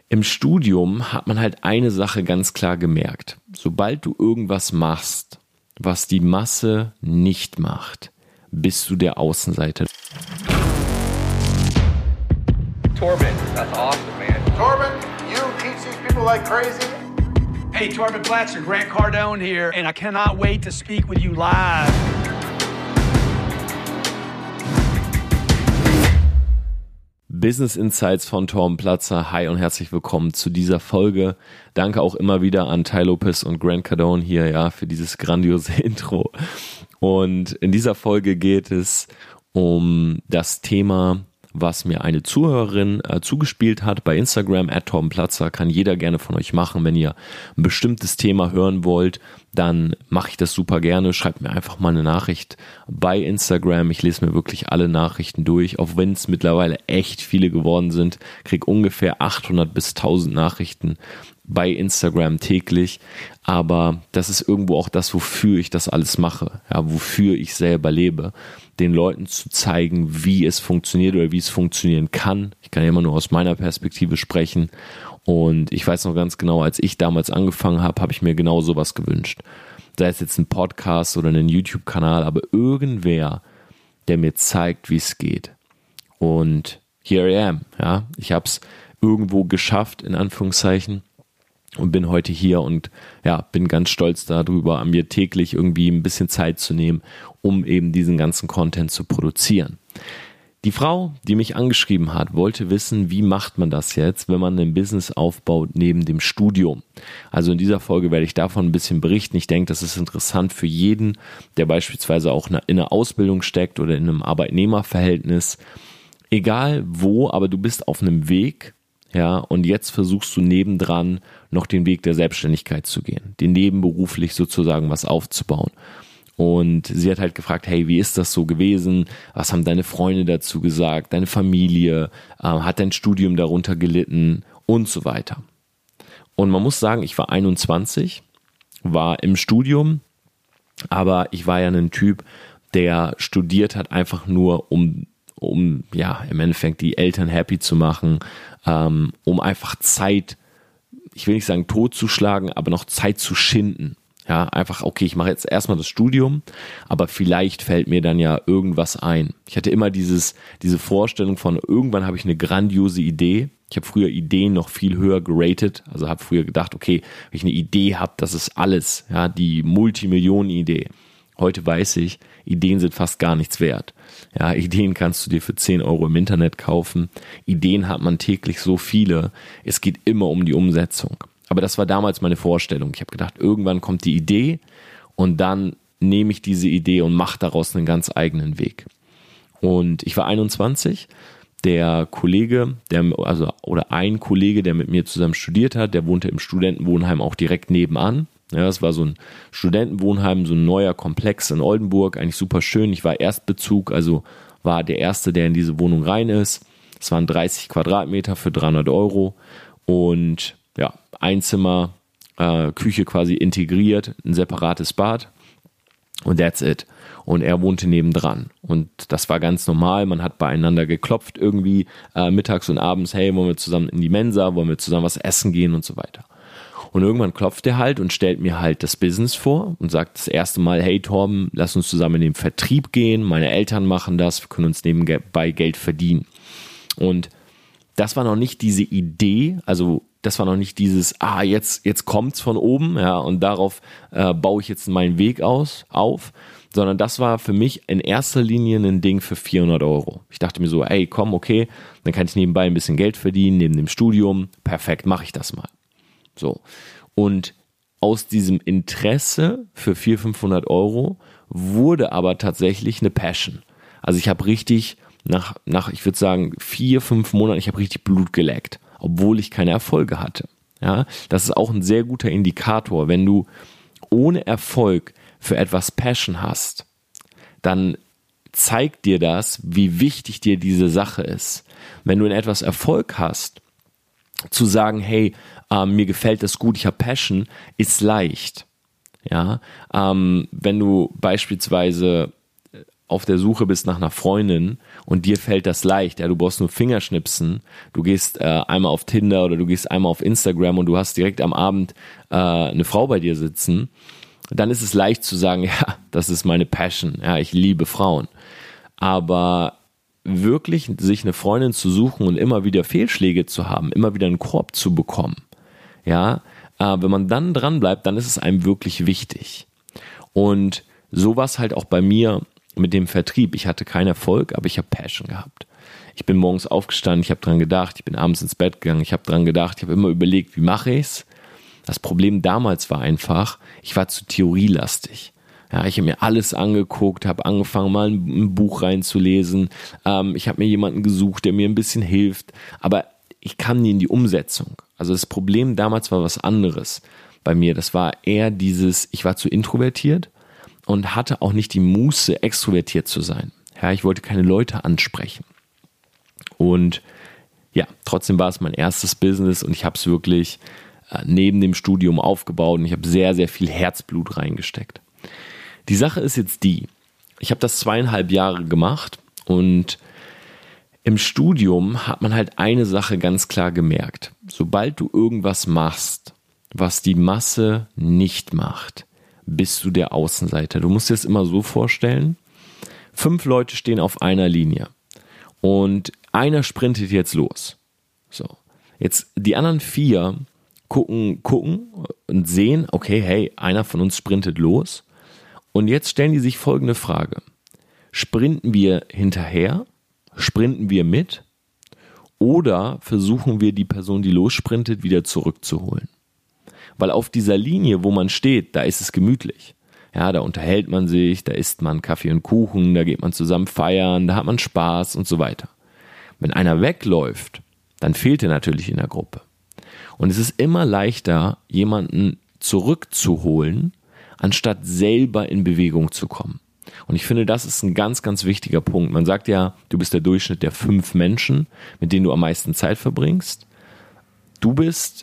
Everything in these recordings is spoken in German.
Im Studium hat man halt eine Sache ganz klar gemerkt. Sobald du irgendwas machst, was die Masse nicht macht, bist du der Außenseiter. Torben, that's awesome, man. Torben, you teach these people like crazy? Hey, Torben Blatcher, Grant Cardone here, and I cannot wait to speak with you live. Business Insights von Torben Platzer. Hi und herzlich willkommen zu dieser Folge. Danke auch immer wieder an Tai Lopez und Grant Cardone hier, ja, für dieses grandiose Intro. Und in dieser Folge geht es um das Thema, was mir eine Zuhörerin zugespielt hat bei Instagram, @TorbenPlatzer. Kann jeder gerne von euch machen. Wenn ihr ein bestimmtes Thema hören wollt, dann mache ich das super gerne. Schreibt mir einfach mal eine Nachricht bei Instagram. Ich lese mir wirklich alle Nachrichten durch, auch wenn es mittlerweile echt viele geworden sind. Kriege ungefähr 800 bis 1000 Nachrichten bei Instagram täglich. Aber das ist irgendwo auch das, wofür ich das alles mache, ja, wofür ich selber lebe. Den Leuten zu zeigen, wie es funktioniert oder wie es funktionieren kann. Ich kann ja immer nur aus meiner Perspektive sprechen. Und ich weiß noch ganz genau, als ich damals angefangen habe, habe ich mir genau sowas gewünscht. Sei es jetzt ein Podcast oder ein YouTube-Kanal, aber irgendwer, der mir zeigt, wie es geht. Und here I am. Ja, ich habe es irgendwo geschafft, in Anführungszeichen. Und bin heute hier und ja, bin ganz stolz darüber, an mir täglich irgendwie ein bisschen Zeit zu nehmen, um eben diesen ganzen Content zu produzieren. Die Frau, die mich angeschrieben hat, wollte wissen, wie macht man das jetzt, wenn man ein Business aufbaut neben dem Studium. Also in dieser Folge werde ich davon ein bisschen berichten. Ich denke, das ist interessant für jeden, der beispielsweise auch in einer Ausbildung steckt oder in einem Arbeitnehmerverhältnis. Egal wo, aber du bist auf einem Weg. Ja, und jetzt versuchst du nebendran noch den Weg der Selbstständigkeit zu gehen, den nebenberuflich sozusagen was aufzubauen. Und sie hat halt gefragt, hey, wie ist das so gewesen? Was haben deine Freunde dazu gesagt? Deine Familie? Hat dein Studium darunter gelitten? Und so weiter. Und man muss sagen, ich war 21, war im Studium, aber ich war ja ein Typ, der studiert hat einfach nur, um ja im Endeffekt die Eltern happy zu machen, um einfach Zeit, ich will nicht sagen totzuschlagen, aber noch Zeit zu schinden. Ja, einfach, okay, ich mache jetzt erstmal das Studium, aber vielleicht fällt mir dann ja irgendwas ein. Ich hatte immer diese Vorstellung von, irgendwann habe ich eine grandiose Idee. Ich habe früher Ideen noch viel höher geratet, also habe früher gedacht, okay, wenn ich eine Idee habe, das ist alles, ja, die Multimillionen-Idee. Heute weiß ich, Ideen sind fast gar nichts wert. Ja, Ideen kannst du dir für 10 Euro im Internet kaufen. Ideen hat man täglich so viele. Es geht immer um die Umsetzung. Aber das war damals meine Vorstellung. Ich habe gedacht, irgendwann kommt die Idee und dann nehme ich diese Idee und mache daraus einen ganz eigenen Weg. Und ich war 21. Der Kollege, ein Kollege, der mit mir zusammen studiert hat, der wohnte im Studentenwohnheim auch direkt nebenan. Ja, das war so ein Studentenwohnheim, so ein neuer Komplex in Oldenburg, eigentlich super schön. Ich war Erstbezug, also war der Erste, der in diese Wohnung rein ist. Es waren 30 Quadratmeter für 300 Euro und ja, Einzimmer, Küche quasi integriert, ein separates Bad und that's it. Und er wohnte nebendran und das war ganz normal, man hat beieinander geklopft irgendwie mittags und abends, hey, wollen wir zusammen in die Mensa, wollen wir zusammen was essen gehen und so weiter. Und irgendwann klopft er halt und stellt mir halt das Business vor und sagt das erste Mal, hey Torben, lass uns zusammen in den Vertrieb gehen, meine Eltern machen das, wir können uns nebenbei Geld verdienen. Und das war noch nicht diese Idee, also das war noch nicht dieses, jetzt kommt's von oben, ja, und darauf baue ich jetzt meinen Weg auf, sondern das war für mich in erster Linie ein Ding für 400 Euro. Ich dachte mir so, ey, komm, okay, dann kann ich nebenbei ein bisschen Geld verdienen, neben dem Studium, perfekt, mache ich das mal. So. Und aus diesem Interesse für 400-500 Euro wurde aber tatsächlich eine Passion. Also ich habe richtig nach ich würde sagen 4-5 Monaten, ich habe richtig Blut geleckt, obwohl ich keine Erfolge hatte. Ja, das ist auch ein sehr guter Indikator. Wenn du ohne Erfolg für etwas Passion hast, dann zeigt dir das, wie wichtig dir diese Sache ist. Wenn du in etwas Erfolg hast, zu sagen, hey, mir gefällt das gut, ich habe Passion, ist leicht. Ja, wenn du beispielsweise auf der Suche bist nach einer Freundin und dir fällt das leicht, ja, du brauchst nur Fingerschnipsen, du gehst einmal auf Tinder oder du gehst einmal auf Instagram und du hast direkt am Abend eine Frau bei dir sitzen, dann ist es leicht zu sagen, ja, das ist meine Passion, ja, ich liebe Frauen. Aber wirklich sich eine Freundin zu suchen und immer wieder Fehlschläge zu haben, immer wieder einen Korb zu bekommen, ja, wenn man dann dran bleibt, dann ist es einem wirklich wichtig. Und so war es halt auch bei mir mit dem Vertrieb. Ich hatte keinen Erfolg, aber ich habe Passion gehabt. Ich bin morgens aufgestanden, ich habe dran gedacht, ich bin abends ins Bett gegangen, ich habe dran gedacht, ich habe immer überlegt, wie mache ich's? Das Problem damals war einfach, ich war zu theorielastig. Ja, ich habe mir alles angeguckt, habe angefangen mal ein Buch reinzulesen, ich habe mir jemanden gesucht, der mir ein bisschen hilft, aber ich kam nie in die Umsetzung. Also das Problem damals war was anderes bei mir. Das war eher dieses, ich war zu introvertiert und hatte auch nicht die Muße, extrovertiert zu sein. Ja, ich wollte keine Leute ansprechen. Und ja, trotzdem war es mein erstes Business und ich habe es wirklich neben dem Studium aufgebaut und ich habe sehr, sehr viel Herzblut reingesteckt. Die Sache ist jetzt die, ich habe das 2,5 Jahre gemacht und im Studium hat man halt eine Sache ganz klar gemerkt. Sobald du irgendwas machst, was die Masse nicht macht, bist du der Außenseiter. Du musst dir das immer so vorstellen, 5 Leute stehen auf einer Linie und einer sprintet jetzt los. So, jetzt die anderen 4 gucken und sehen, okay, hey, einer von uns sprintet los. Und jetzt stellen die sich folgende Frage. Sprinten wir hinterher? Sprinten wir mit? Oder versuchen wir die Person, die lossprintet, wieder zurückzuholen? Weil auf dieser Linie, wo man steht, da ist es gemütlich. Ja, da unterhält man sich, da isst man Kaffee und Kuchen, da geht man zusammen feiern, da hat man Spaß und so weiter. Wenn einer wegläuft, dann fehlt er natürlich in der Gruppe. Und es ist immer leichter, jemanden zurückzuholen, anstatt selber in Bewegung zu kommen. Und ich finde, das ist ein ganz, ganz wichtiger Punkt. Man sagt ja, du bist der Durchschnitt der 5 Menschen, mit denen du am meisten Zeit verbringst. Du bist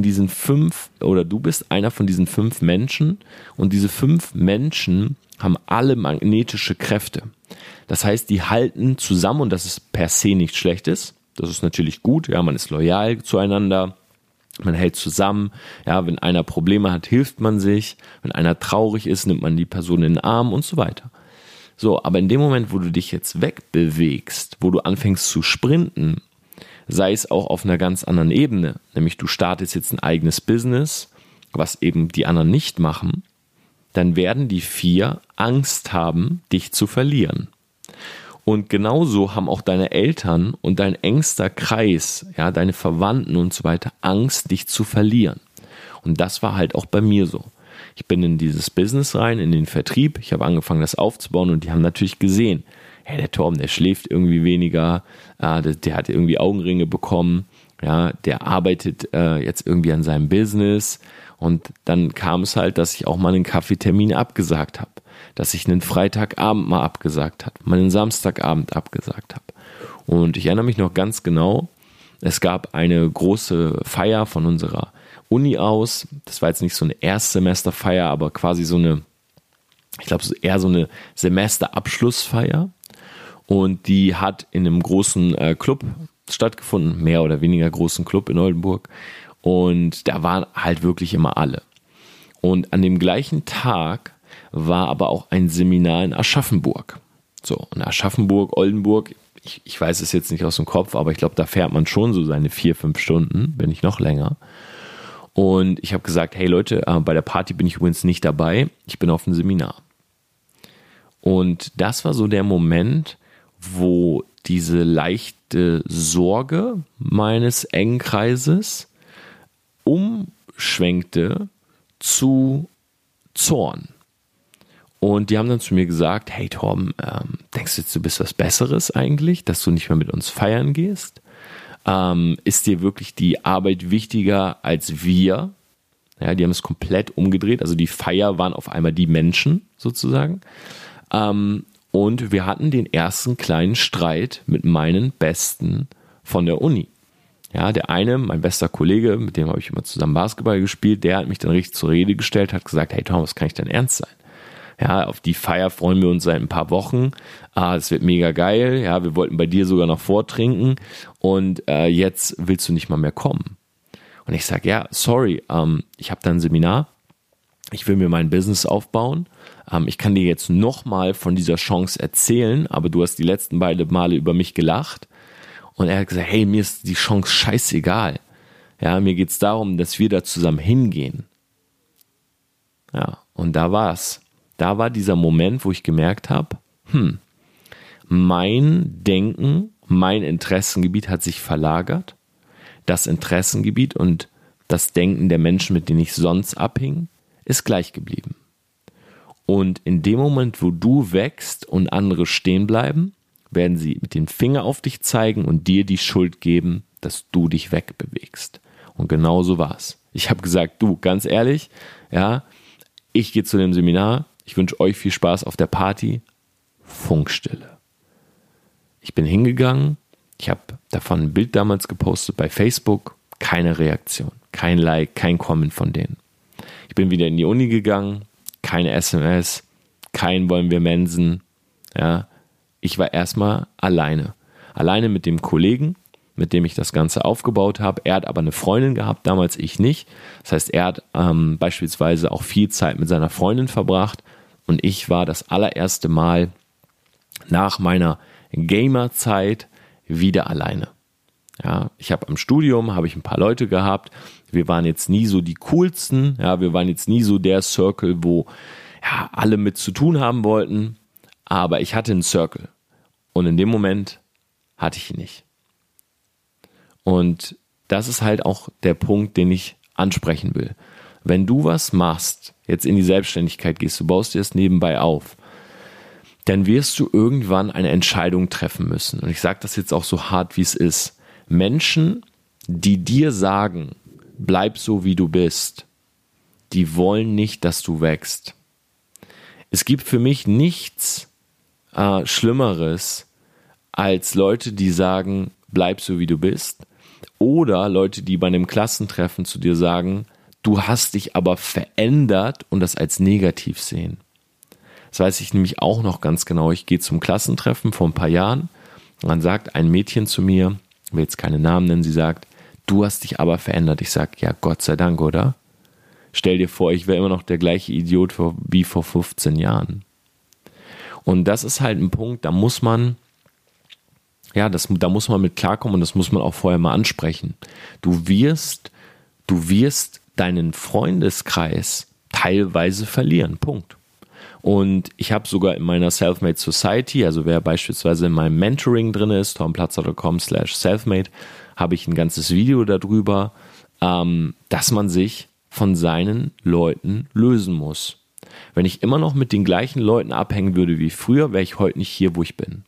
du bist einer von diesen 5 Menschen und diese 5 Menschen haben alle magnetische Kräfte. Das heißt, die halten zusammen und das ist per se nichts Schlechtes. Das ist natürlich gut, ja, man ist loyal zueinander. Man hält zusammen, ja, wenn einer Probleme hat, hilft man sich, wenn einer traurig ist, nimmt man die Person in den Arm und so weiter. So, aber in dem Moment, wo du dich jetzt wegbewegst, wo du anfängst zu sprinten, sei es auch auf einer ganz anderen Ebene, nämlich du startest jetzt ein eigenes Business, was eben die anderen nicht machen, dann werden die 4 Angst haben, dich zu verlieren. Und genauso haben auch deine Eltern und dein engster Kreis, ja, deine Verwandten und so weiter, Angst, dich zu verlieren. Und das war halt auch bei mir so. Ich bin in dieses Business rein, in den Vertrieb, ich habe angefangen, das aufzubauen und die haben natürlich gesehen, hey, der Torben, der schläft irgendwie weniger, der hat irgendwie Augenringe bekommen, ja, der arbeitet jetzt irgendwie an seinem Business und dann kam es halt, dass ich auch mal einen Kaffeetermin abgesagt habe. Dass ich einen Freitagabend mal abgesagt habe, mal einen Samstagabend abgesagt habe. Und ich erinnere mich noch ganz genau, es gab eine große Feier von unserer Uni aus. Das war jetzt nicht so eine Erstsemesterfeier, aber quasi so eine, ich glaube eher so eine Semesterabschlussfeier. Und die hat in einem großen Club stattgefunden, mehr oder weniger großen Club in Oldenburg. Und da waren halt wirklich immer alle. Und an dem gleichen Tag war aber auch ein Seminar in Aschaffenburg. So, in Aschaffenburg, Oldenburg, ich weiß es jetzt nicht aus dem Kopf, aber ich glaube, da fährt man schon so seine 4-5 Stunden, wenn nicht noch länger. Und ich habe gesagt, hey Leute, bei der Party bin ich übrigens nicht dabei, ich bin auf einem Seminar. Und das war so der Moment, wo diese leichte Sorge meines engen Kreises umschwenkte zu Zorn. Und die haben dann zu mir gesagt, hey Torben, denkst du jetzt, du bist was Besseres eigentlich, dass du nicht mehr mit uns feiern gehst? Ist dir wirklich die Arbeit wichtiger als wir? Ja, die haben es komplett umgedreht. Also die Feier waren auf einmal die Menschen sozusagen. Und wir hatten den ersten kleinen Streit mit meinen Besten von der Uni. Ja, der eine, mein bester Kollege, mit dem habe ich immer zusammen Basketball gespielt, der hat mich dann richtig zur Rede gestellt, hat gesagt, hey Tom, was kann ich denn ernst sein? Ja, auf die Feier freuen wir uns seit ein paar Wochen. Es wird mega geil. Ja, wir wollten bei dir sogar noch vortrinken und jetzt willst du nicht mal mehr kommen. Und ich sage, ja, sorry, ich habe da ein Seminar. Ich will mir mein Business aufbauen. Ich kann dir jetzt nochmal von dieser Chance erzählen, aber du hast die letzten beiden Male über mich gelacht. Und er hat gesagt, hey, mir ist die Chance scheißegal. Ja, mir geht's darum, dass wir da zusammen hingehen. Ja, und da war's. Da war dieser Moment, wo ich gemerkt habe, mein Denken, mein Interessengebiet hat sich verlagert. Das Interessengebiet und das Denken der Menschen, mit denen ich sonst abhing, ist gleich geblieben. Und in dem Moment, wo du wächst und andere stehen bleiben, werden sie mit dem Finger auf dich zeigen und dir die Schuld geben, dass du dich wegbewegst. Und genau so war's. Ich habe gesagt, du, ganz ehrlich, ja, ich gehe zu dem Seminar, ich wünsche euch viel Spaß auf der Party. Funkstille. Ich bin hingegangen, ich habe davon ein Bild damals gepostet bei Facebook, keine Reaktion, kein Like, kein Comment von denen. Ich bin wieder in die Uni gegangen, keine SMS, kein wollen wir mensen, ja. Ich war erstmal alleine mit dem Kollegen, mit dem ich das Ganze aufgebaut habe. Er hat aber eine Freundin gehabt, damals ich nicht. Das heißt, er hat beispielsweise auch viel Zeit mit seiner Freundin verbracht und ich war das allererste Mal nach meiner Gamer-Zeit wieder alleine. Ja, ich habe am Studium ein paar Leute gehabt. Wir waren jetzt nie so die coolsten. Ja, wir waren jetzt nie so der Circle, wo ja, alle mit zu tun haben wollten. Aber ich hatte einen Circle. Und in dem Moment hatte ich ihn nicht. Und das ist halt auch der Punkt, den ich ansprechen will. Wenn du was machst, jetzt in die Selbstständigkeit gehst, du baust dir das nebenbei auf, dann wirst du irgendwann eine Entscheidung treffen müssen. Und ich sage das jetzt auch so hart, wie es ist. Menschen, die dir sagen, bleib so, wie du bist, die wollen nicht, dass du wächst. Es gibt für mich nichts Schlimmeres als Leute, die sagen, bleib so, wie du bist. Oder Leute, die bei einem Klassentreffen zu dir sagen, du hast dich aber verändert und das als negativ sehen. Das weiß ich nämlich auch noch ganz genau. Ich gehe zum Klassentreffen vor ein paar Jahren und dann sagt ein Mädchen zu mir, ich will jetzt keine Namen nennen, sie sagt, du hast dich aber verändert. Ich sage, ja, Gott sei Dank, oder? Stell dir vor, ich wäre immer noch der gleiche Idiot wie vor 15 Jahren. Und das ist halt ein Punkt, da muss man mit klarkommen und das muss man auch vorher mal ansprechen. Du wirst deinen Freundeskreis teilweise verlieren, Punkt. Und ich habe sogar in meiner Selfmade Society, also wer beispielsweise in meinem Mentoring drin ist, tomplatzer.com/selfmade, habe ich ein ganzes Video darüber, dass man sich von seinen Leuten lösen muss. Wenn ich immer noch mit den gleichen Leuten abhängen würde wie früher, wäre ich heute nicht hier, wo ich bin.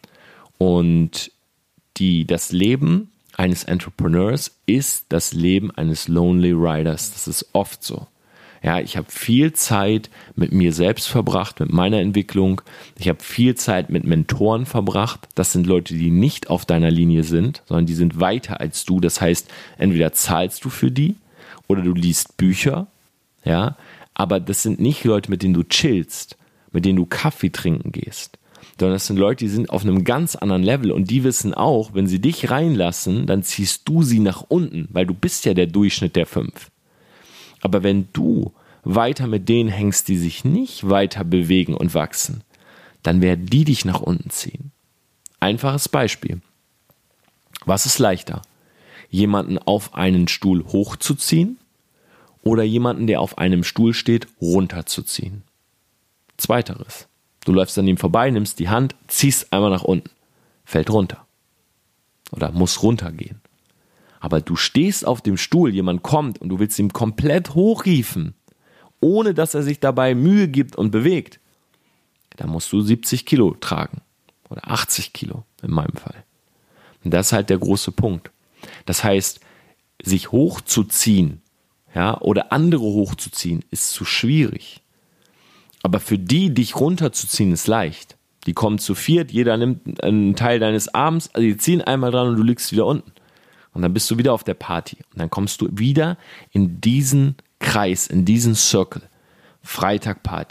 Und das Leben eines Entrepreneurs ist das Leben eines Lonely Riders. Das ist oft so. Ja, ich habe viel Zeit mit mir selbst verbracht, mit meiner Entwicklung. Ich habe viel Zeit mit Mentoren verbracht. Das sind Leute, die nicht auf deiner Linie sind, sondern die sind weiter als du. Das heißt, entweder zahlst du für die oder du liest Bücher. Ja, aber das sind nicht Leute, mit denen du chillst, mit denen du Kaffee trinken gehst. Sondern das sind Leute, die sind auf einem ganz anderen Level und die wissen auch, wenn sie dich reinlassen, dann ziehst du sie nach unten, weil du bist ja der Durchschnitt der 5. Aber wenn du weiter mit denen hängst, die sich nicht weiter bewegen und wachsen, dann werden die dich nach unten ziehen. Einfaches Beispiel. Was ist leichter? Jemanden auf einen Stuhl hochzuziehen oder jemanden, der auf einem Stuhl steht, runterzuziehen? Zweiteres. Du läufst an ihm vorbei, nimmst die Hand, ziehst einmal nach unten, fällt runter oder muss runtergehen. Aber du stehst auf dem Stuhl, jemand kommt und du willst ihn komplett hochhieven, ohne dass er sich dabei Mühe gibt und bewegt. Da musst du 70 Kilo tragen oder 80 Kilo in meinem Fall. Und das ist halt der große Punkt. Das heißt, sich hochzuziehen, ja, oder andere hochzuziehen, ist zu schwierig. Aber für die, dich runterzuziehen, ist leicht. Die kommen zu viert, jeder nimmt einen Teil deines Arms, also die ziehen einmal dran und du liegst wieder unten. Und dann bist du wieder auf der Party. Und dann kommst du wieder in diesen Kreis, in diesen Circle. Freitag Party,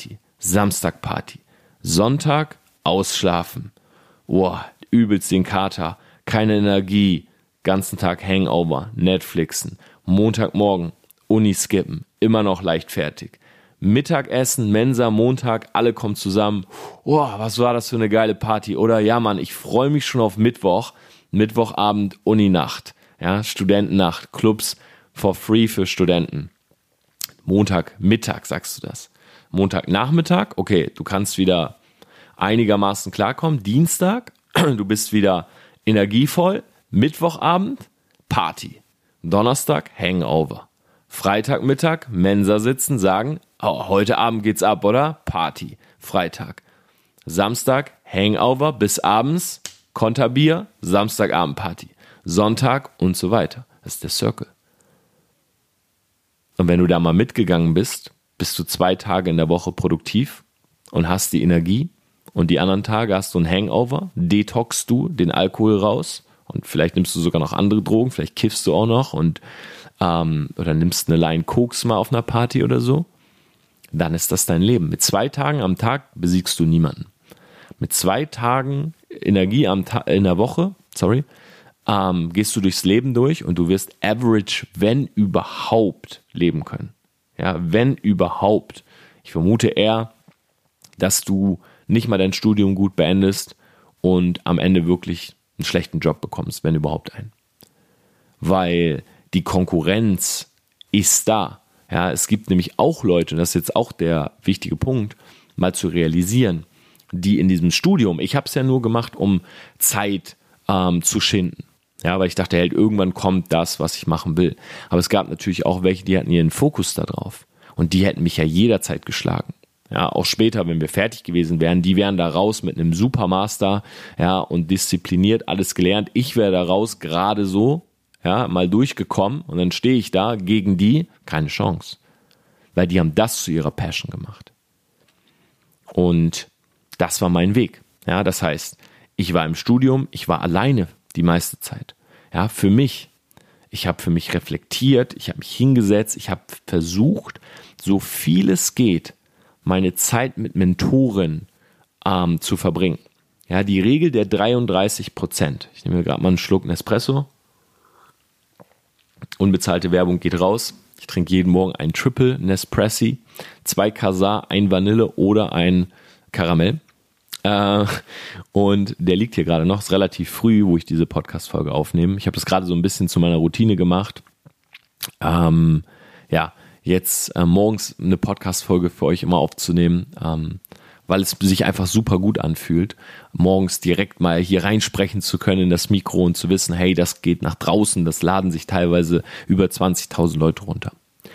Samstag Party. Sonntag ausschlafen. Boah, übelst den Kater. Keine Energie. Ganzen Tag Hangover. Netflixen. Montagmorgen. Uni skippen. Immer noch leichtfertig. Mittagessen, Mensa, Montag, alle kommen zusammen. Oh, was war das für eine geile Party? Oder ja, Mann, ich freue mich schon auf Mittwoch. Mittwochabend, Uninacht. Ja, Studentennacht, Clubs for free für Studenten. Montagmittag, sagst du das. Montagnachmittag, okay, du kannst wieder einigermaßen klarkommen. Dienstag, du bist wieder energievoll. Mittwochabend, Party. Donnerstag, Hangover. Freitagmittag, Mensa sitzen, sagen, oh, heute Abend geht's ab, oder? Party. Freitag. Samstag, Hangover bis abends, Konterbier, Samstagabend Party. Sonntag und so weiter. Das ist der Circle. Und wenn du da mal mitgegangen bist, bist du 2 Tage in der Woche produktiv und hast die Energie und die anderen Tage hast du ein Hangover, detoxst du den Alkohol raus und vielleicht nimmst du sogar noch andere Drogen, vielleicht kiffst du auch noch und oder nimmst eine Line Koks mal auf einer Party oder so, dann ist das dein Leben. Mit 2 Tagen am Tag besiegst du niemanden. Mit 2 Tagen Energie in der Woche, gehst du durchs Leben durch und du wirst average, wenn überhaupt, leben können. Ja, wenn überhaupt. Ich vermute eher, dass du nicht mal dein Studium gut beendest und am Ende wirklich einen schlechten Job bekommst, wenn überhaupt einen. Weil die Konkurrenz ist da. Ja, es gibt nämlich auch Leute, und das ist jetzt auch der wichtige Punkt, mal zu realisieren, die in diesem Studium, ich habe es ja nur gemacht, um Zeit zu schinden. Ja, weil ich dachte, halt, irgendwann kommt das, was ich machen will. Aber es gab natürlich auch welche, die hatten ihren Fokus da drauf. Und die hätten mich ja jederzeit geschlagen. Ja, auch später, wenn wir fertig gewesen wären, die wären da raus mit einem Supermaster, ja, und diszipliniert, alles gelernt. Ich wäre da raus gerade so, ja, mal durchgekommen und dann stehe ich da gegen die, keine Chance. Weil die haben das zu ihrer Passion gemacht. Und das war mein Weg. Ja, das heißt, ich war im Studium, ich war alleine die meiste Zeit. Ja, für mich. Ich habe für mich reflektiert, ich habe mich hingesetzt, ich habe versucht, so viel es geht, meine Zeit mit Mentoren zu verbringen. Ja, die Regel der 33%. Ich nehme mir gerade mal einen Schluck Nespresso. Unbezahlte Werbung geht raus. Ich trinke jeden Morgen ein Triple Nespressi, 2 Casar, ein Vanille oder ein Karamell. Und der liegt hier gerade noch, ist relativ früh, wo ich diese Podcast-Folge aufnehme. Ich habe das gerade so ein bisschen zu meiner Routine gemacht. Jetzt morgens eine Podcast-Folge für euch immer aufzunehmen, weil es sich einfach super gut anfühlt, morgens direkt mal hier reinsprechen zu können in das Mikro und zu wissen, hey, das geht nach draußen, das laden sich teilweise über 20.000 Leute runter.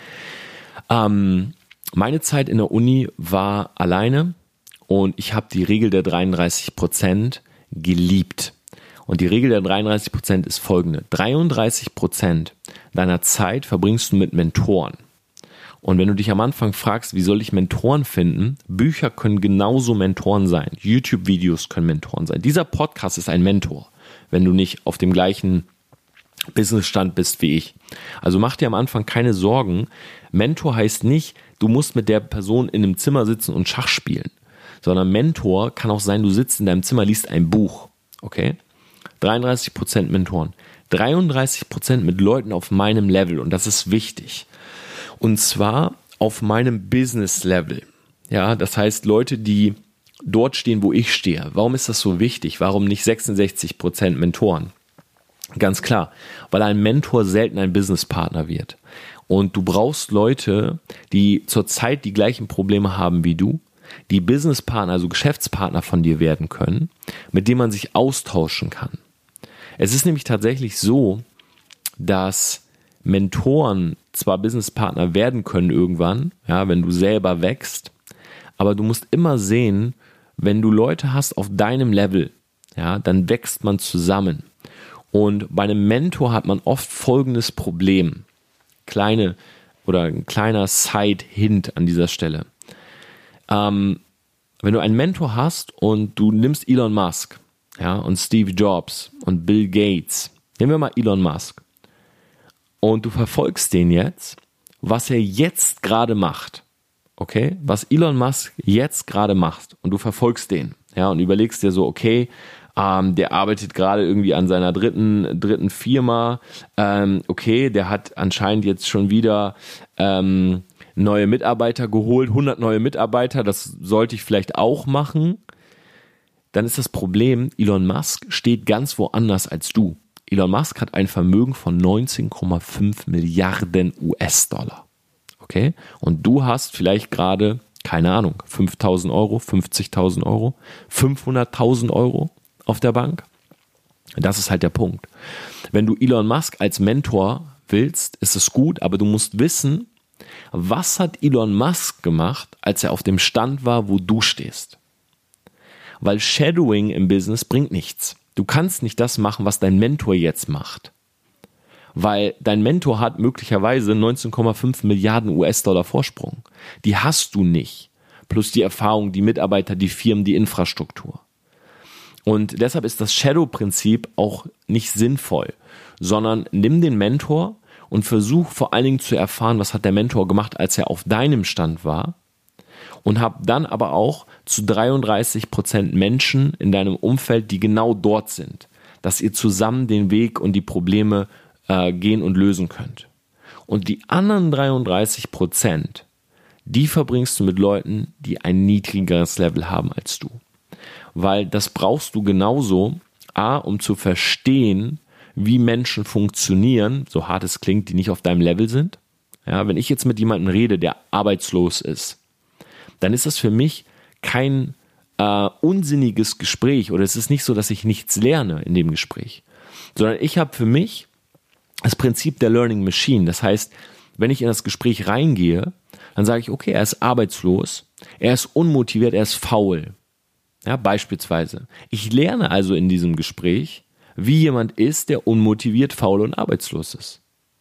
Meine Zeit in der Uni war alleine. Und ich habe die Regel der 33% geliebt. Und die Regel der 33% ist folgende. 33% deiner Zeit verbringst du mit Mentoren. Und wenn du dich am Anfang fragst, wie soll ich Mentoren finden? Bücher können genauso Mentoren sein. YouTube-Videos können Mentoren sein. Dieser Podcast ist ein Mentor, wenn du nicht auf dem gleichen Businessstand bist wie ich. Also mach dir am Anfang keine Sorgen. Mentor heißt nicht, du musst mit der Person in einem Zimmer sitzen und Schach spielen. Sondern Mentor kann auch sein, du sitzt in deinem Zimmer, liest ein Buch, okay? 33% Mentoren. 33% mit Leuten auf meinem Level und das ist wichtig. Und zwar auf meinem Business-Level. Ja, das heißt Leute, die dort stehen, wo ich stehe. Warum ist das so wichtig? Warum nicht 66% Mentoren? Ganz klar, weil ein Mentor selten ein Businesspartner wird. Und du brauchst Leute, die zurzeit die gleichen Probleme haben wie du, die Businesspartner, also Geschäftspartner von dir werden können, mit denen man sich austauschen kann. Es ist nämlich tatsächlich so, dass Mentoren zwar Businesspartner werden können irgendwann, ja, wenn du selber wächst, aber du musst immer sehen, wenn du Leute hast auf deinem Level, ja, dann wächst man zusammen. Und bei einem Mentor hat man oft folgendes Problem. Ein kleiner Side-Hint an dieser Stelle. Wenn du einen Mentor hast und du nimmst Elon Musk, ja, und Steve Jobs und Bill Gates, nehmen wir mal Elon Musk, und du verfolgst den jetzt, was er jetzt gerade macht, okay, was Elon Musk jetzt gerade macht und du verfolgst den, ja, und überlegst dir so, okay, der arbeitet gerade irgendwie an seiner dritten Firma, okay, der hat anscheinend jetzt schon wieder neue Mitarbeiter geholt, 100 neue Mitarbeiter, das sollte ich vielleicht auch machen. Dann ist das Problem, Elon Musk steht ganz woanders als du. Elon Musk hat ein Vermögen von 19,5 Milliarden US-Dollar. Okay? Und du hast vielleicht gerade, keine Ahnung, 5.000 Euro, 50.000 Euro, 500.000 Euro auf der Bank. Das ist halt der Punkt. Wenn du Elon Musk als Mentor willst, ist es gut, aber du musst wissen, was hat Elon Musk gemacht, als er auf dem Stand war, wo du stehst? Weil Shadowing im Business bringt nichts. Du kannst nicht das machen, was dein Mentor jetzt macht. Weil dein Mentor hat möglicherweise 19,5 Milliarden US-Dollar Vorsprung. Die hast du nicht. Plus die Erfahrung, die Mitarbeiter, die Firmen, die Infrastruktur. Und deshalb ist das Shadow-Prinzip auch nicht sinnvoll, sondern nimm den Mentor und versuch vor allen Dingen zu erfahren, was hat der Mentor gemacht, als er auf deinem Stand war. Und hab dann aber auch zu 33% Menschen in deinem Umfeld, die genau dort sind, dass ihr zusammen den Weg und die Probleme gehen und lösen könnt. Und die anderen 33%, die verbringst du mit Leuten, die ein niedrigeres Level haben als du. Weil das brauchst du genauso, um zu verstehen, wie Menschen funktionieren, so hart es klingt, die nicht auf deinem Level sind. Ja, wenn ich jetzt mit jemandem rede, der arbeitslos ist, dann ist das für mich kein unsinniges Gespräch oder es ist nicht so, dass ich nichts lerne in dem Gespräch, sondern ich habe für mich das Prinzip der Learning Machine. Das heißt, wenn ich in das Gespräch reingehe, dann sage ich, okay, er ist arbeitslos, er ist unmotiviert, er ist faul. Ja, beispielsweise. Ich lerne also in diesem Gespräch, wie jemand ist, der unmotiviert, faul und arbeitslos ist.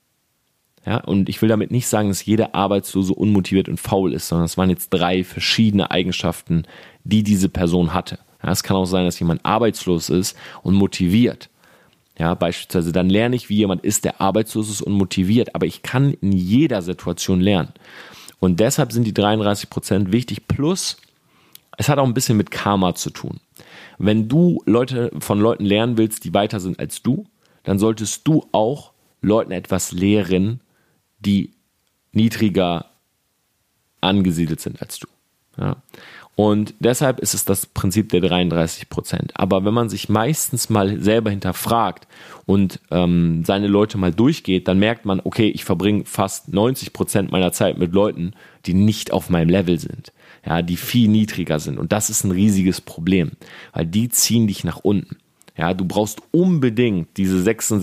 Ja, und ich will damit nicht sagen, dass jeder Arbeitslose unmotiviert und faul ist, sondern es waren jetzt 3 verschiedene Eigenschaften, die diese Person hatte. Ja, es kann auch sein, dass jemand arbeitslos ist und motiviert. Ja, beispielsweise, dann lerne ich, wie jemand ist, der arbeitslos ist und motiviert. Aber ich kann in jeder Situation lernen. Und deshalb sind die 33% wichtig. Plus, es hat auch ein bisschen mit Karma zu tun. Wenn du von Leuten lernen willst, die weiter sind als du, dann solltest du auch Leuten etwas lehren, die niedriger angesiedelt sind als du. Ja. Und deshalb ist es das Prinzip der 33%. Aber wenn man sich meistens mal selber hinterfragt und seine Leute mal durchgeht, dann merkt man, okay, ich verbringe fast 90% meiner Zeit mit Leuten, die nicht auf meinem Level sind, ja, die viel niedriger sind. Und das ist ein riesiges Problem, weil die ziehen dich nach unten. Ja, du brauchst unbedingt diese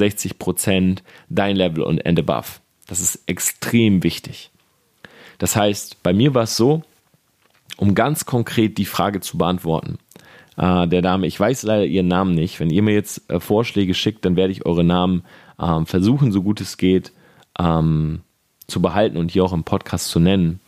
66% dein Level und and above. Das ist extrem wichtig. Das heißt, bei mir war es so, um ganz konkret die Frage zu beantworten, der Dame, ich weiß leider ihren Namen nicht, wenn ihr mir jetzt Vorschläge schickt, dann werde ich eure Namen versuchen, so gut es geht, zu behalten und hier auch im Podcast zu nennen.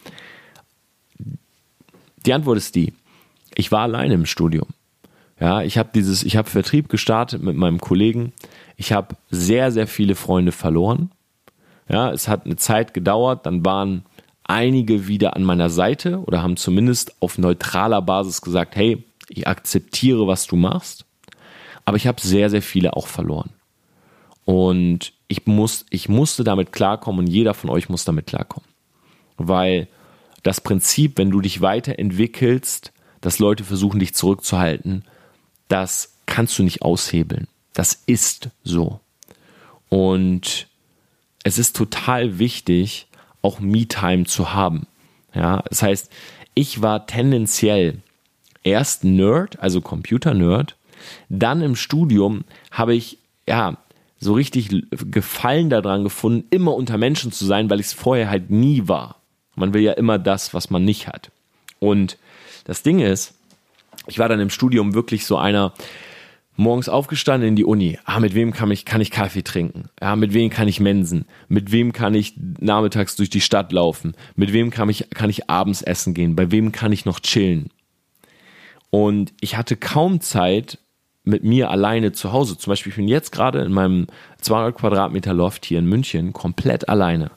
Die Antwort ist die, ich war alleine im Studium. Ja, ich habe Vertrieb gestartet mit meinem Kollegen. Ich habe sehr, sehr viele Freunde verloren. Ja, es hat eine Zeit gedauert, dann waren einige wieder an meiner Seite oder haben zumindest auf neutraler Basis gesagt, hey, ich akzeptiere, was du machst. Aber ich habe sehr, sehr viele auch verloren. Und ich musste damit klarkommen und jeder von euch muss damit klarkommen. Weil das Prinzip, wenn du dich weiterentwickelst, dass Leute versuchen, dich zurückzuhalten, das kannst du nicht aushebeln. Das ist so. Und es ist total wichtig, auch Me-Time zu haben. Ja, das heißt, ich war tendenziell erst Nerd, also Computer-Nerd. Dann im Studium habe ich so richtig Gefallen daran gefunden, immer unter Menschen zu sein, weil ich es vorher halt nie war. Man will ja immer das, was man nicht hat. Und das Ding ist, ich war dann im Studium wirklich so einer, morgens aufgestanden in die Uni. Mit wem kann ich Kaffee trinken? Mit wem kann ich mensen? Mit wem kann ich nachmittags durch die Stadt laufen? Mit wem kann ich abends essen gehen? Bei wem kann ich noch chillen? Und ich hatte kaum Zeit mit mir alleine zu Hause. Zum Beispiel, ich bin jetzt gerade in meinem 200 Quadratmeter Loft hier in München komplett alleine.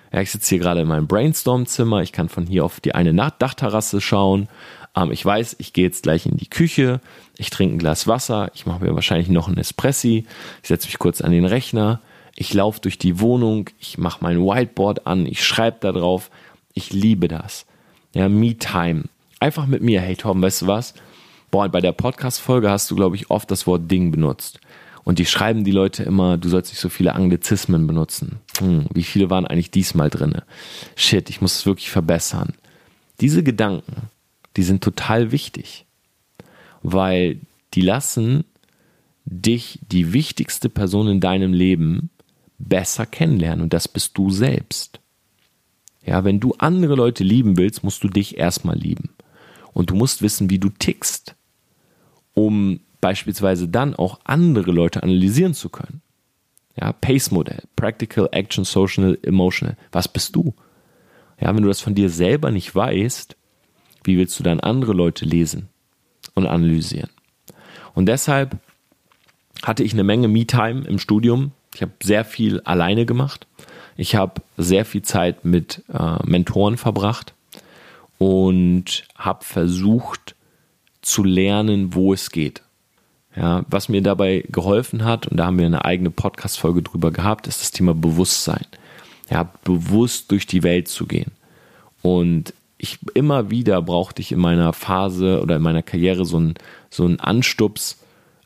Ja, ich sitze hier gerade in meinem Brainstorm-Zimmer, ich kann von hier auf die eine Dachterrasse schauen. Ich weiß, ich gehe jetzt gleich in die Küche, ich trinke ein Glas Wasser, ich mache mir wahrscheinlich noch einen Espressi, ich setze mich kurz an den Rechner, ich laufe durch die Wohnung, ich mache mein Whiteboard an, ich schreibe da drauf. Ich liebe das. Ja, Me-Time. Einfach mit mir. Hey Tom, weißt du was? Boah, bei der Podcast-Folge hast du, glaube ich, oft das Wort Ding benutzt. Und die schreiben die Leute immer, du sollst nicht so viele Anglizismen benutzen. Wie viele waren eigentlich diesmal drin? Shit, ich muss es wirklich verbessern. Diese Gedanken, die sind total wichtig, weil die lassen dich, die wichtigste Person in deinem Leben, besser kennenlernen und das bist du selbst. Ja, wenn du andere Leute lieben willst, musst du dich erstmal lieben und du musst wissen, wie du tickst, um beispielsweise dann auch andere Leute analysieren zu können. Ja, PACE-Modell, Practical, Action, Social, Emotional. Was bist du? Ja, wenn du das von dir selber nicht weißt, wie willst du dann andere Leute lesen und analysieren? Und deshalb hatte ich eine Menge Me-Time im Studium. Ich habe sehr viel alleine gemacht. Ich habe sehr viel Zeit mit Mentoren verbracht und habe versucht zu lernen, wo es geht. Ja, was mir dabei geholfen hat, und da haben wir eine eigene Podcast-Folge drüber gehabt, ist das Thema Bewusstsein. Ja, bewusst durch die Welt zu gehen. Und immer wieder brauchte ich in meiner Phase oder in meiner Karriere so einen Anstups,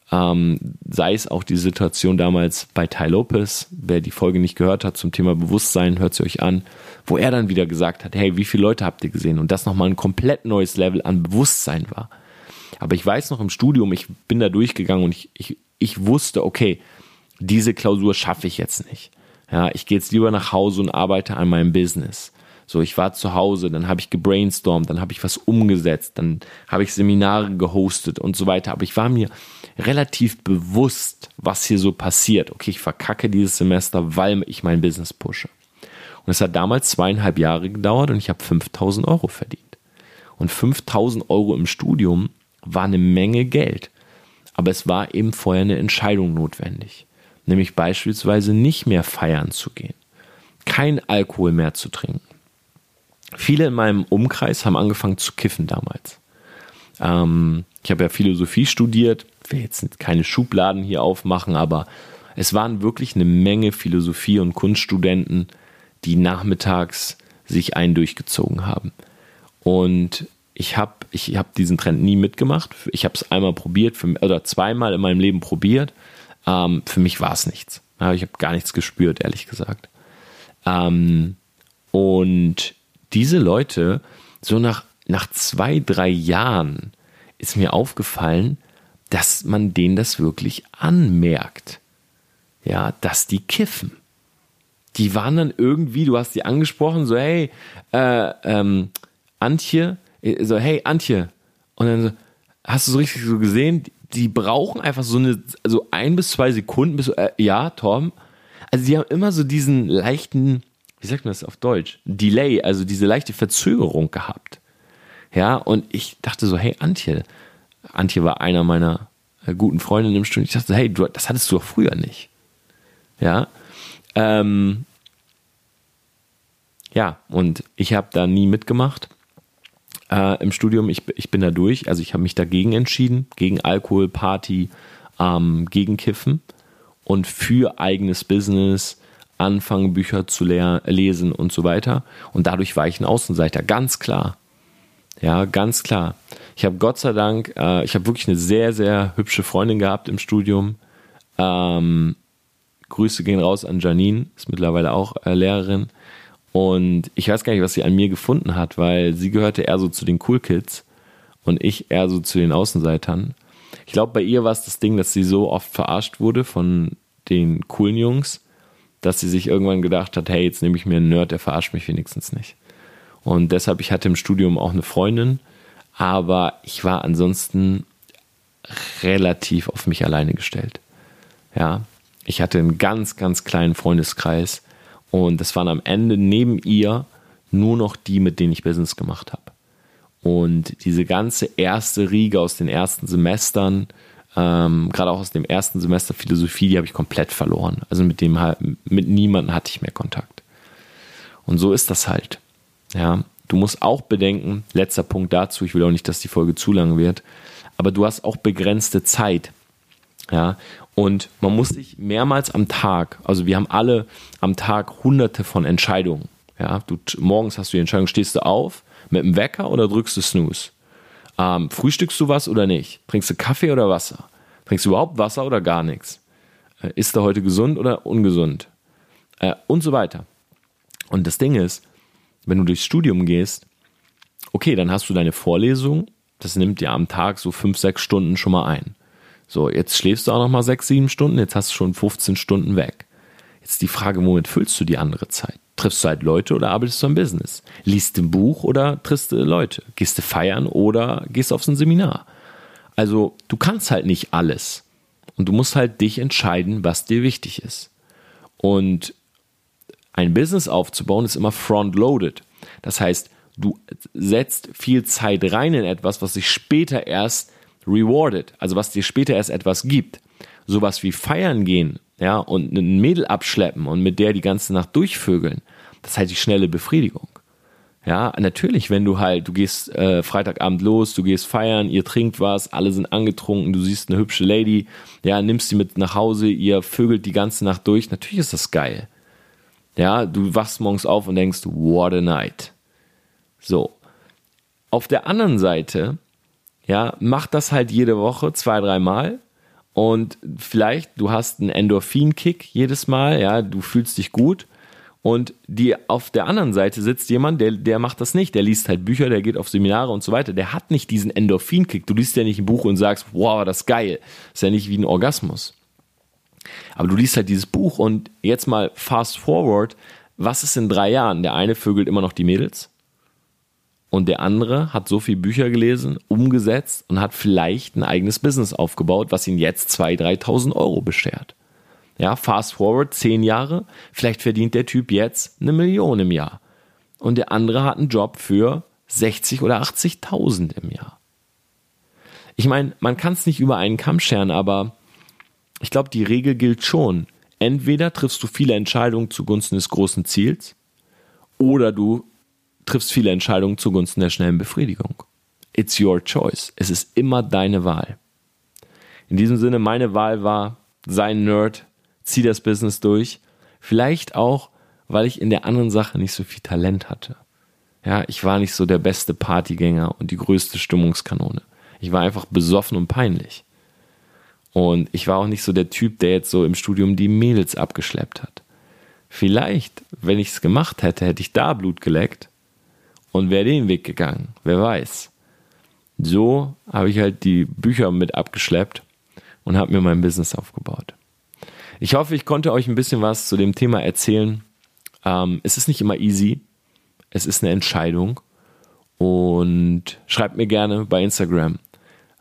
sei es auch die Situation damals bei Tai Lopez, wer die Folge nicht gehört hat zum Thema Bewusstsein, hört sie euch an, wo er dann wieder gesagt hat, hey, wie viele Leute habt ihr gesehen? Und das nochmal ein komplett neues Level an Bewusstsein war. Aber ich weiß noch im Studium, ich bin da durchgegangen und ich wusste, okay, diese Klausur schaffe ich jetzt nicht. Ja, ich gehe jetzt lieber nach Hause und arbeite an meinem Business. So, ich war zu Hause, dann habe ich gebrainstormt, dann habe ich was umgesetzt, dann habe ich Seminare gehostet und so weiter. Aber ich war mir relativ bewusst, was hier so passiert. Okay, ich verkacke dieses Semester, weil ich mein Business pushe. Und es hat damals 2,5 Jahre gedauert und ich habe 5.000 Euro verdient. Und 5.000 Euro im Studium war eine Menge Geld. Aber es war eben vorher eine Entscheidung notwendig. Nämlich beispielsweise nicht mehr feiern zu gehen. Kein Alkohol mehr zu trinken. Viele in meinem Umkreis haben angefangen zu kiffen damals. Ich habe ja Philosophie studiert, ich will jetzt keine Schubladen hier aufmachen, aber es waren wirklich eine Menge Philosophie- und Kunststudenten, die nachmittags sich einen durchgezogen haben. Und ich hab diesen Trend nie mitgemacht. Ich habe es einmal probiert, oder zweimal in meinem Leben probiert. Für mich war es nichts. Ich habe gar nichts gespürt, ehrlich gesagt. Und diese Leute, so nach 2-3 Jahren ist mir aufgefallen, dass man denen das wirklich anmerkt. Ja, dass die kiffen. Die waren dann irgendwie, du hast die angesprochen, so hey, Antje, so hey Antje. Und dann so, hast du so richtig so gesehen, die brauchen einfach so 1 bis 2 Sekunden, bis ja, Tom. Also die haben immer so diesen leichten, wie sagt man das auf Deutsch? Delay, also diese leichte Verzögerung gehabt. Ja, und ich dachte so, hey Antje war einer meiner guten Freundinnen im Studium. Ich dachte so, hey, das hattest du doch früher nicht. Ja, ja, und ich habe da nie mitgemacht im Studium. Ich bin da durch, also ich habe mich dagegen entschieden, gegen Alkohol, Party, gegen Kiffen und für eigenes Business, anfangen, Bücher zu lesen und so weiter. Und dadurch war ich ein Außenseiter, ganz klar. Ja, ganz klar. Ich habe Gott sei Dank, ich habe wirklich eine sehr, sehr hübsche Freundin gehabt im Studium. Grüße gehen raus an Janine, ist mittlerweile auch Lehrerin. Und ich weiß gar nicht, was sie an mir gefunden hat, weil sie gehörte eher so zu den Cool Kids und ich eher so zu den Außenseitern. Ich glaube, bei ihr war es das Ding, dass sie so oft verarscht wurde von den coolen Jungs, dass sie sich irgendwann gedacht hat, hey, jetzt nehme ich mir einen Nerd, der verarscht mich wenigstens nicht. Und deshalb, ich hatte im Studium auch eine Freundin, aber ich war ansonsten relativ auf mich alleine gestellt. Ja, ich hatte einen ganz, ganz kleinen Freundeskreis und das waren am Ende neben ihr nur noch die, mit denen ich Business gemacht habe. Und diese ganze erste Riege aus den ersten Semestern, gerade auch aus dem ersten Semester Philosophie, die habe ich komplett verloren. Also mit niemandem hatte ich mehr Kontakt. Und so ist das halt. Ja, du musst auch bedenken, letzter Punkt dazu, ich will auch nicht, dass die Folge zu lang wird, aber du hast auch begrenzte Zeit. Ja, und man muss sich mehrmals am Tag, also wir haben alle am Tag hunderte von Entscheidungen. Ja, morgens hast du die Entscheidung, stehst du auf mit dem Wecker oder drückst du Snooze? Frühstückst du was oder nicht? Trinkst du Kaffee oder Wasser? Trinkst du überhaupt Wasser oder gar nichts? Isst du heute gesund oder ungesund? Und so weiter. Und das Ding ist, wenn du durchs Studium gehst, okay, dann hast du deine Vorlesung, das nimmt dir am Tag so 5-6 Stunden schon mal ein. So, jetzt schläfst du auch noch mal 6-7 Stunden, jetzt hast du schon 15 Stunden weg. Jetzt die Frage, womit füllst du die andere Zeit? Triffst du halt Leute oder arbeitest du am Business? Liest du ein Buch oder triffst du Leute? Gehst du feiern oder gehst auf ein Seminar? Also, du kannst halt nicht alles. Und du musst halt dich entscheiden, was dir wichtig ist. Und ein Business aufzubauen ist immer front-loaded. Das heißt, du setzt viel Zeit rein in etwas, was sich später erst rewardet, also was dir später erst etwas gibt. Sowas wie feiern gehen, ja, und ein Mädel abschleppen und mit der die ganze Nacht durchvögeln, das ist halt die schnelle Befriedigung. Ja, natürlich, wenn du gehst Freitagabend los, du gehst feiern, ihr trinkt was, alle sind angetrunken, du siehst eine hübsche Lady, ja, nimmst sie mit nach Hause, ihr vögelt die ganze Nacht durch, natürlich ist das geil. Ja, du wachst morgens auf und denkst, what a night. So. Auf der anderen Seite, ja, mach das halt jede Woche 2-3 Mal und vielleicht, du hast einen Endorphin-Kick jedes Mal, ja, du fühlst dich gut und auf der anderen Seite sitzt jemand, der macht das nicht, der liest halt Bücher, der geht auf Seminare und so weiter, der hat nicht diesen Endorphin-Kick, du liest ja nicht ein Buch und sagst, wow, das ist geil, ist ja nicht wie ein Orgasmus. Aber du liest halt dieses Buch und jetzt mal fast forward, was ist in 3 Jahren? Der eine vögelt immer noch die Mädels und der andere hat so viele Bücher gelesen, umgesetzt und hat vielleicht ein eigenes Business aufgebaut, was ihn jetzt 2.000, 3.000 Euro beschert. Ja, fast forward 10 Jahre, vielleicht verdient der Typ jetzt 1 Million im Jahr und der andere hat einen Job für 60 oder 80.000 im Jahr. Ich meine, man kann es nicht über einen Kamm scheren, aber ich glaube, die Regel gilt schon. Entweder triffst du viele Entscheidungen zugunsten des großen Ziels oder du triffst viele Entscheidungen zugunsten der schnellen Befriedigung. It's your choice. Es ist immer deine Wahl. In diesem Sinne, meine Wahl war, sei ein Nerd, zieh das Business durch. Vielleicht auch, weil ich in der anderen Sache nicht so viel Talent hatte. Ja, ich war nicht so der beste Partygänger und die größte Stimmungskanone. Ich war einfach besoffen und peinlich. Und ich war auch nicht so der Typ, der jetzt so im Studium die Mädels abgeschleppt hat. Vielleicht, wenn ich es gemacht hätte, hätte ich da Blut geleckt und wäre den Weg gegangen. Wer weiß. So habe ich halt die Bücher mit abgeschleppt und habe mir mein Business aufgebaut. Ich hoffe, ich konnte euch ein bisschen was zu dem Thema erzählen. Es ist nicht immer easy. Es ist eine Entscheidung. Und schreibt mir gerne bei Instagram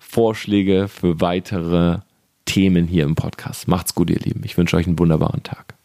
Vorschläge für weitere Themen hier im Podcast. Macht's gut, ihr Lieben. Ich wünsche euch einen wunderbaren Tag.